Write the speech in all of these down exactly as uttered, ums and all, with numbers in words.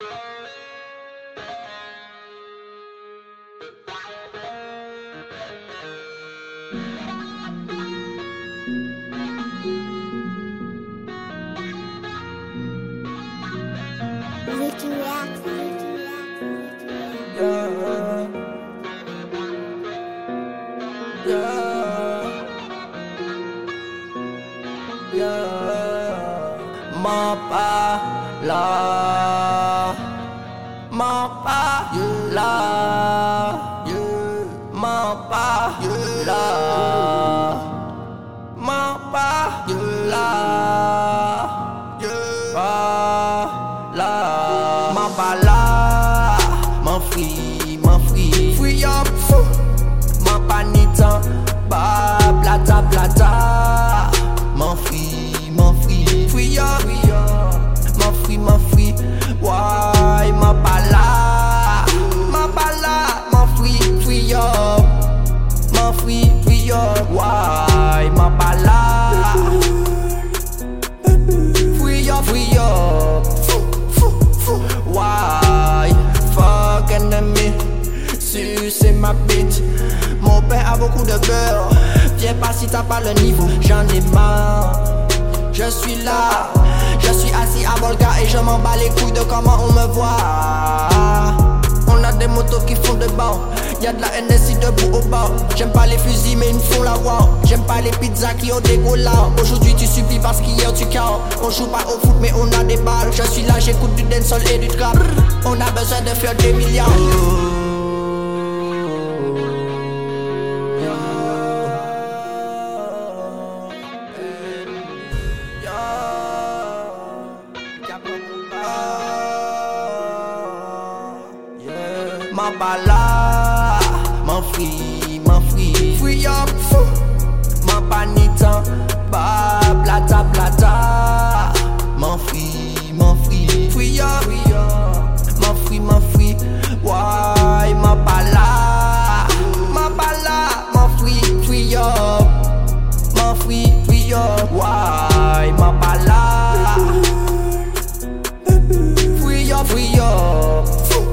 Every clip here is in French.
Ricky Rap. Yeah. Yeah. Yeah. M'en pas là. M'en pas là. M'en pas là. M'en pas là. Pas là. M'en pas là. M'en free, m'en free. Free up, fou. M'en pas ni temps. Ba, blata, blata. M'en free, m'en free. Free up, free up. M'en free, m'en free. Why, m'en pas là. M'en pas là. M'en free, free up. M'en free, free up. Why, m'en pas là. Free up, free up. Fou, fou, fou. Why, fuck enemy. C'est ma bite. Mon père a beaucoup de beurre. Viens pas si t'as pas le niveau. J'en ai marre. Je suis là. Je suis assis à Volga et je m'en bats les couilles de comment on me voit. On a des motos qui font de bon. Y'a de la N S I debout au bord. J'aime pas les fusils mais ils me font la wow. J'aime pas les pizzas qui ont des gros larmes. Aujourd'hui tu subis parce qu'hier tu cares. On joue pas au foot mais on a des balles. Je suis là, j'écoute du dancehall et du trap. On a besoin de faire des milliards. M'en pas là, m'en free, m'en free. Free up, fou. M'en pas ni temps, ba, blata, blata. M'en free, m'en free. Free up, free up. M'en free, m'en free. Why, m'en pas là. M'en pas là, m'en free, free up. M'en free, free up. Why, m'en pas là. Free up, free up.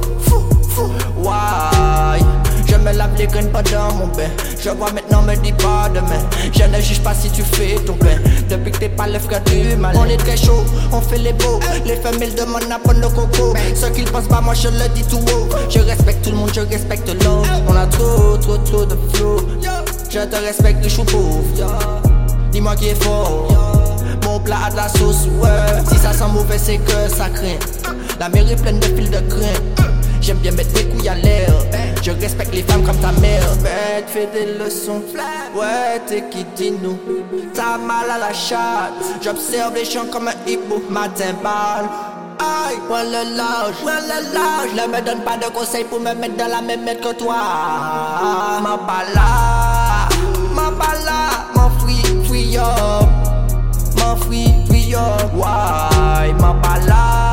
Why? Je me lave les graines pas dans mon bain. Je vois maintenant, me dis pas demain. Je ne juge pas si tu fais ton pain. Depuis que t'es pas le frère du malin. On est très chaud, on fait les beaux. Les femmes ils demandent à prendre le coco. Ce qu'ils pensent pas, moi je le dis tout haut. Je respecte tout le monde, je respecte l'autre. On a trop, trop, trop de flow. Je te respecte, je suis pauvre. Dis-moi qui est fort. Mon plat a de la sauce, ouais. Si ça sent mauvais, c'est que ça craint. La mer est pleine de fils de grains. J'aime bien mettre mes couilles à l'air. Je respecte les femmes comme ta mère. Faites, fais des leçons. Ouais, t'es qui dit nous. T'as mal à la chatte. J'observe les gens comme un hibou. Matin balle. Aïe, ouais le lâche, ouais le lâche. Ne me donne pas de conseils pour me mettre dans la même mètre que toi. M'en pas là, m'en pas là. M'en free, free up. M'en free, free up. Why, m'en pas là.